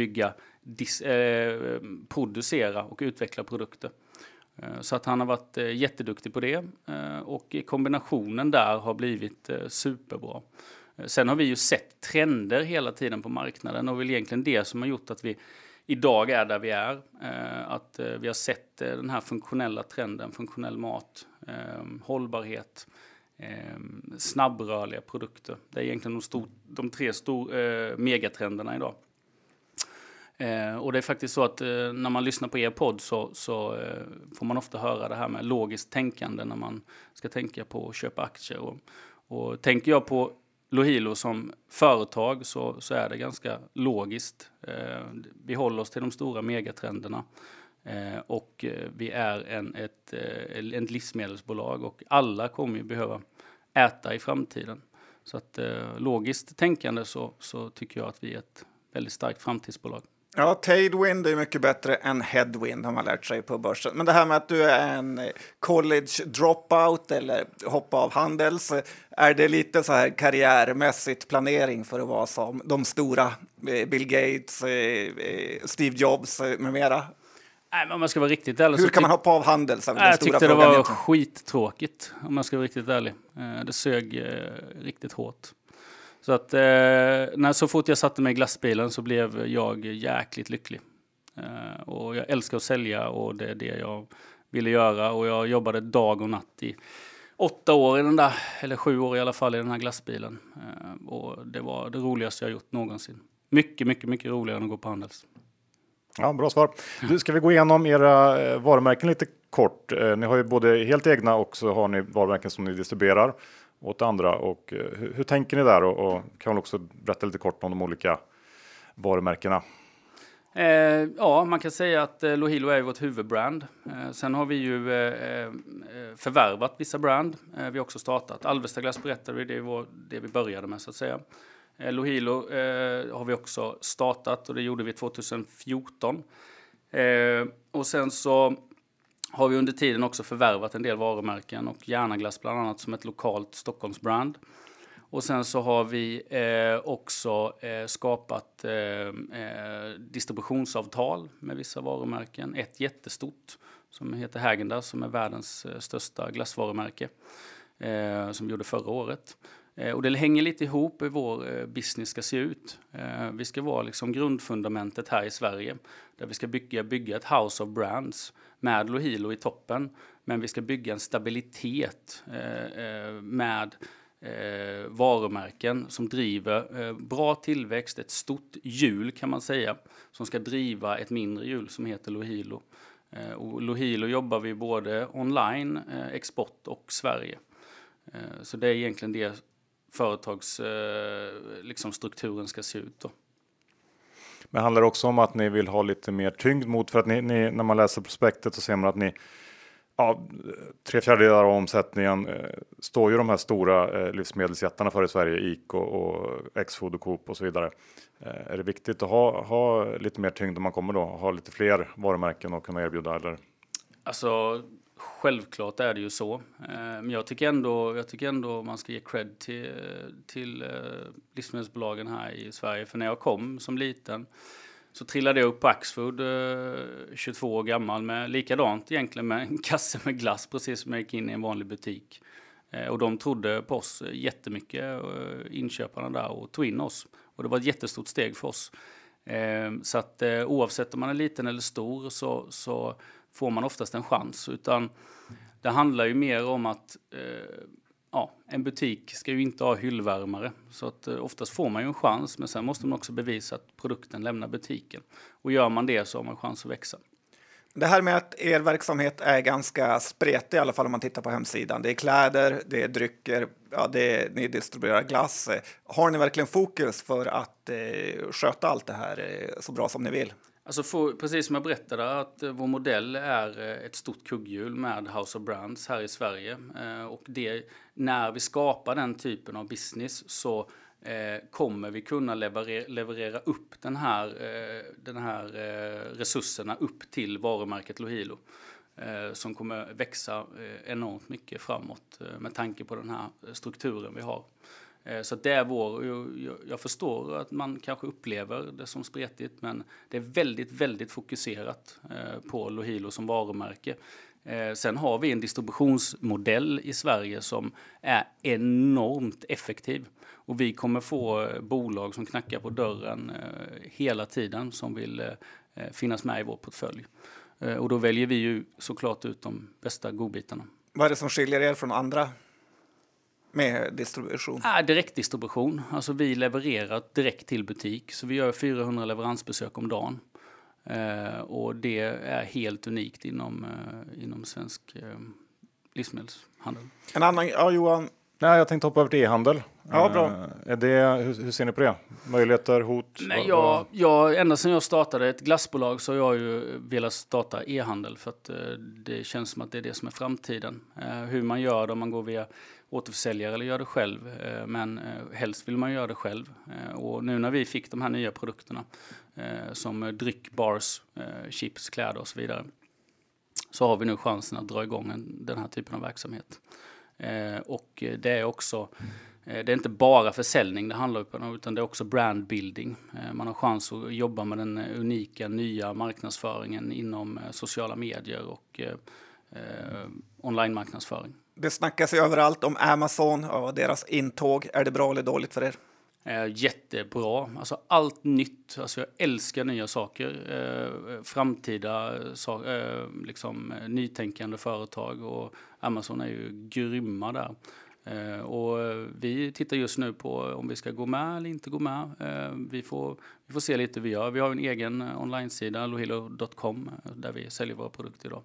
producera och utveckla produkter. Så att han har varit jätteduktig på det. Och kombinationen där har blivit superbra. Sen har vi ju sett trender hela tiden på marknaden och väl egentligen det som har gjort att vi idag är där vi är. Att vi har sett den här funktionella trenden, funktionell mat, hållbarhet, snabbrörliga produkter. Det är egentligen de tre megatrenderna idag. Och det är faktiskt så att när man lyssnar på er podd så får man ofta höra det här med logiskt tänkande när man ska tänka på att köpa aktier. Och tänker jag på Lohilo som företag så är det ganska logiskt. Vi håller oss till de stora megatrenderna och vi är ett livsmedelsbolag och alla kommer ju behöva äta i framtiden. Så att logiskt tänkande så tycker jag att vi är ett väldigt starkt framtidsbolag. Ja, tailwind är mycket bättre än headwind har man lärt sig på börsen. Men det här med att du är en college dropout eller hoppa av Handels, är det lite så här karriärmässigt planering för att vara som de stora Bill Gates, Steve Jobs med mera? Nej, men om man ska vara riktigt ärlig. Hur kan man hoppa av Handels? Jag tyckte det var skittråkigt om man ska vara riktigt ärlig. Det sög riktigt hårt. Så att så fort jag satte mig i glassbilen så blev jag jäkligt lycklig. Och jag älskar att sälja och det är det jag ville göra. Och jag jobbade dag och natt i 8 år i den där, eller 7 år i alla fall i den här glassbilen. Och det var det roligaste jag gjort någonsin. Mycket, mycket, mycket roligare än att gå på Handels. Ja, bra svar. Du, ska vi gå igenom era varumärken lite kort? Ni har ju både helt egna och så har ni varumärken som ni distribuerar åt andra. Och hur tänker ni där? Och kan väl också berätta lite kort om de olika varumärkena? Ja, man kan säga att Lohilo är vårt huvudbrand. Sen har vi ju förvärvat vissa brand. Vi har också startat. Alvesta Glass berättade vi, det vi började med så att säga. Lohilo har vi också startat och det gjorde vi 2014. Och sen så har vi under tiden också förvärvat en del varumärken och Järnaglass bland annat som ett lokalt Stockholmsbrand. Och sen så har vi också skapat distributionsavtal med vissa varumärken. Ett jättestort som heter Häagen-Dazs som är världens största glassvarumärke som vi gjorde förra året. Och det hänger lite ihop hur vår business ska se ut. Vi ska vara liksom grundfundamentet här i Sverige där vi ska bygga ett house of brands med Lohilo i toppen. Men vi ska bygga en stabilitet med varumärken som driver bra tillväxt, ett stort hjul kan man säga, som ska driva ett mindre hjul som heter Lohilo. Och Lohilo jobbar vi både online, export och Sverige. Så det är egentligen det företagsstrukturen ska se ut då. Men handlar det också om att ni vill ha lite mer tyngd mot, för att ni när man läser prospektet så ser man att ni 3/4 av omsättningen står ju de här stora livsmedelsjättarna för i Sverige, ICA och X-Food och Coop och så vidare. Är det viktigt att ha lite mer tyngd om man kommer då ha lite fler varumärken och kunna erbjuda, eller? Alltså självklart är det ju så. Men jag tycker ändå man ska ge cred till livsmedelsbolagen här i Sverige. För när jag kom som liten så trillade jag upp på Axfood 22 år gammal med likadant egentligen med en kasse med glass precis som jag gick in i en vanlig butik. Och de trodde på oss jättemycket, inköparna där, och tog in oss. Och det var ett jättestort steg för oss. Så att oavsett om man är liten eller stor så får man oftast en chans. Utan det handlar ju mer om att en butik ska ju inte ha hyllvärmare. Så att oftast får man ju en chans, men sen måste man också bevisa att produkten lämnar butiken. Och gör man det så har man chans att växa. Det här med att er verksamhet är ganska spretig, i alla fall om man tittar på hemsidan. Det är kläder, det är drycker, ni distribuerar glass. Har ni verkligen fokus för att sköta allt det här så bra som ni vill? Alltså precis som jag berättade, att vår modell är ett stort kugghjul med House of Brands här i Sverige. Och när vi skapar den typen av business så kommer vi kunna leverera upp den här resurserna upp till varumärket Lohilo. Som kommer växa enormt mycket framåt med tanke på den här strukturen vi har. Så det är jag förstår att man kanske upplever det som spretigt, men det är väldigt, väldigt fokuserat på Lohilo som varumärke. Sen har vi en distributionsmodell i Sverige som är enormt effektiv. Och vi kommer få bolag som knackar på dörren hela tiden som vill finnas med i vår portfölj. Och då väljer vi ju såklart ut de bästa godbitarna. Vad är det som skiljer er från andra med distribution? Direktdistribution. Alltså vi levererar direkt till butik. Så vi gör 400 leveransbesök om dagen. Och det är helt unikt inom svensk livsmedelshandel. En annan, Johan? Nej, jag tänkte hoppa över till e-handel. Ja, bra. Hur ser ni på det? Möjligheter, hot? Nej, ända sedan jag startade ett glassbolag så har jag ju velat starta e-handel för att det känns som att det är det som är framtiden. Hur man gör det, om man går via återförsäljare eller gör det själv. Men helst vill man göra det själv. Och nu när vi fick de här nya produkterna som dryck, bars, chips, kläder och så vidare, så har vi nu chansen att dra igång den här typen av verksamhet. Och det är också, det är inte bara försäljning det handlar om, utan det är också brandbuilding. Man har chans att jobba med den unika nya marknadsföringen inom sociala medier och online-marknadsföring. Det snackas ju överallt om Amazon och deras intåg. Är det bra eller dåligt för er? Jättebra. Alltså allt nytt. Alltså jag älskar nya saker. Framtida nytänkande företag. Och Amazon är ju grymma där. Och vi tittar just nu på om vi ska gå med eller inte gå med. Vi får se lite hur vi gör. Vi har en egen online-sida, lohilo.com, där vi säljer våra produkter idag.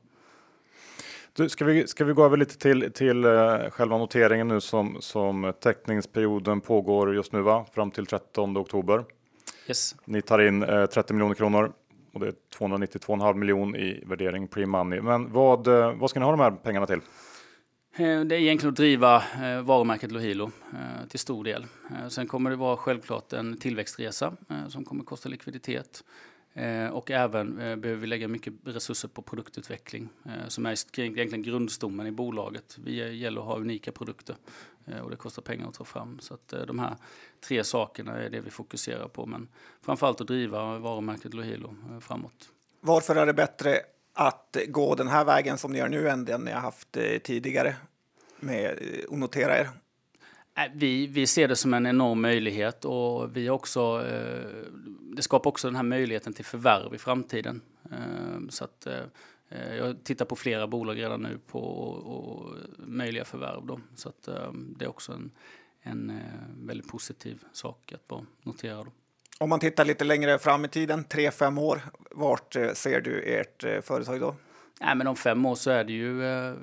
Ska vi gå över lite till själva noteringen nu som teckningsperioden pågår just nu, va? Fram till 13 oktober. Yes. Ni tar in 30 miljoner kronor och det är 292,5 miljoner i värdering pre-money. Men vad ska ni ha de här pengarna till? Det är egentligen att driva varumärket Lohilo till stor del. Sen kommer det vara självklart en tillväxtresa som kommer kosta likviditet. Och även behöver vi lägga mycket resurser på produktutveckling som är egentligen grundstommen i bolaget. Vi gäller att ha unika produkter och det kostar pengar att ta fram. Så att de här 3 sakerna är det vi fokuserar på, men framförallt att driva varumärket Lohilo framåt. Varför är det bättre att gå den här vägen som ni gör nu än den ni har haft tidigare med att notera er? Vi ser det som en enorm möjlighet och vi också, det skapar också den här möjligheten till förvärv i framtiden. Så att jag tittar på flera bolag redan nu på möjliga förvärv då. Så att det är också en väldigt positiv sak att bara notera då. Om man tittar lite längre fram i tiden, 3-5 år, vart ser du ert företag då? Men om 5 år så är det ju,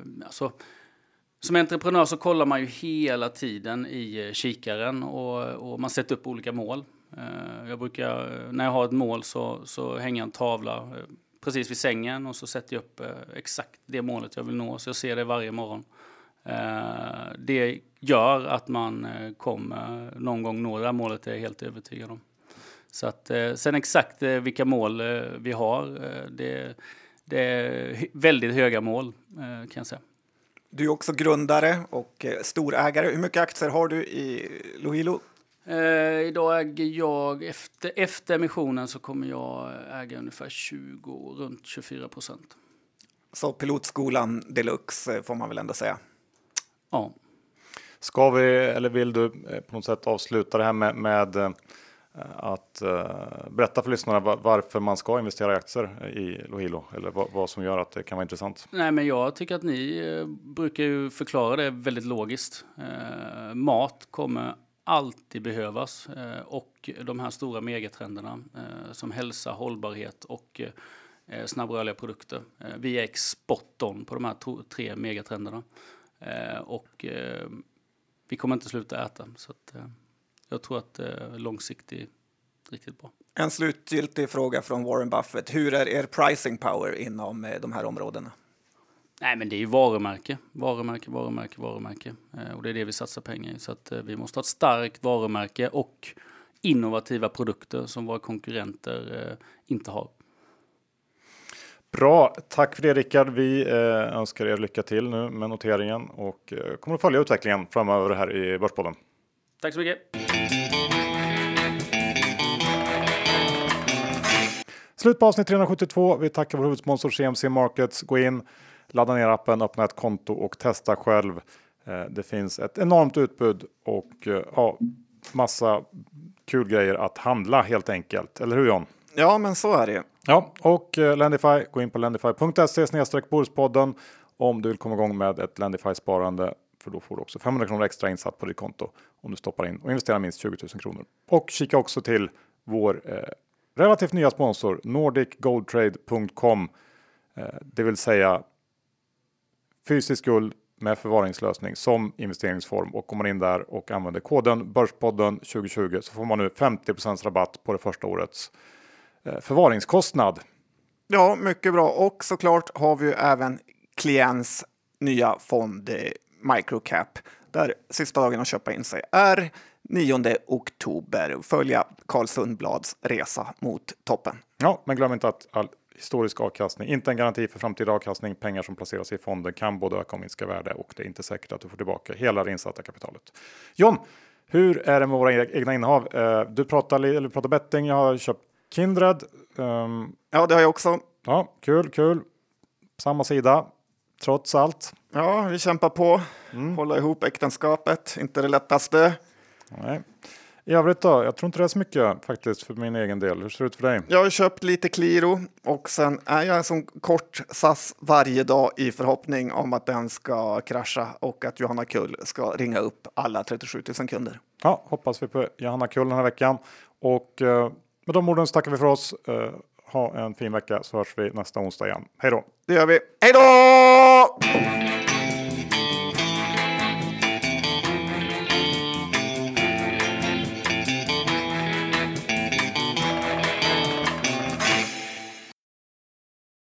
som entreprenör så kollar man ju hela tiden i kikaren och man sätter upp olika mål. Jag brukar, när jag har ett mål så hänger jag en tavla precis vid sängen och så sätter jag upp exakt det målet jag vill nå, så jag ser det varje morgon. Det gör att man kommer någon gång nå det här målet, är jag helt övertygad om. Så att sen exakt vilka mål vi har, det är väldigt höga mål kan jag säga. Du är också grundare och storägare. Hur mycket aktier har du i Lohilo? Idag äger jag, efter emissionen så kommer jag äga ungefär runt 24%. Så pilotskolan deluxe får man väl ändå säga. Ja. Ska vi, eller vill du på något sätt avsluta det här med att berätta för lyssnarna varför man ska investera i aktier i Lohilo, eller vad som gör att det kan vara intressant? Nej, men jag tycker att ni brukar ju förklara det väldigt logiskt. Mat kommer alltid behövas och de här stora megatrenderna som hälsa, hållbarhet och snabbrörliga produkter. Vi är spot on på de här 3 megatrenderna och vi kommer inte sluta äta, så att jag tror att långsiktigt riktigt bra. En slutgiltig fråga från Warren Buffett. Hur är er pricing power inom de här områdena? Nej, men det är ju varumärke. Och det är det vi satsar pengar i. Så att vi måste ha ett starkt varumärke och innovativa produkter som våra konkurrenter inte har. Bra, tack för det Rickard. Vi önskar er lycka till nu med noteringen och kommer att följa utvecklingen framöver här i Börspodden. Tack så mycket. Slut på avsnitt 372. Vi tackar vår huvudsponsor CMC Markets. Gå in, ladda ner appen, öppna ett konto och testa själv. Det finns ett enormt utbud och massa kul grejer att handla helt enkelt. Eller hur John? Ja, men så är det. Ja, och Lendify. Gå in på lendify.se/podden om du vill komma igång med ett Lendify-sparande. För då får du också 500 kronor extra insatt på ditt konto om du stoppar in och investerar minst 20 000 kronor. Och kika också till vår relativt nya sponsor nordicgoldtrade.com. Det vill säga fysisk guld med förvaringslösning som investeringsform. Och kommer man in där och använder koden Börspodden 2020 så får man nu 50% rabatt på det första årets förvaringskostnad. Ja, mycket bra. Och såklart har vi ju även klients nya fond Microcap, där sista dagen att köpa in sig är 9 oktober. Följa Carl Sundblads resa mot toppen. Ja, men glöm inte att all historisk avkastning inte är en garanti för framtida avkastning. Pengar som placeras i fonden kan både öka och minska värde och det är inte säkert att du får tillbaka hela det insatta kapitalet. John, hur är det med våra egna innehav? Du pratar betting, jag har köpt Kindred. Ja, det har jag också. Ja, kul. Samma sida, trots allt. Ja, vi kämpar på. Hålla ihop äktenskapet, inte det lättaste. Nej. I övrigt då, jag tror inte det är så mycket faktiskt för min egen del. Hur ser det ut för dig? Jag har köpt lite Qliro och sen är jag som kort SAS varje dag i förhoppning om att den ska krascha och att Johanna Kull ska ringa upp alla 37 000 kunder. Ja, hoppas vi på Johanna Kull den här veckan. Och med de orden så tackar vi för oss. Ha en fin vecka så hörs vi nästa onsdag igen. Hej då! Det gör vi. Hej då!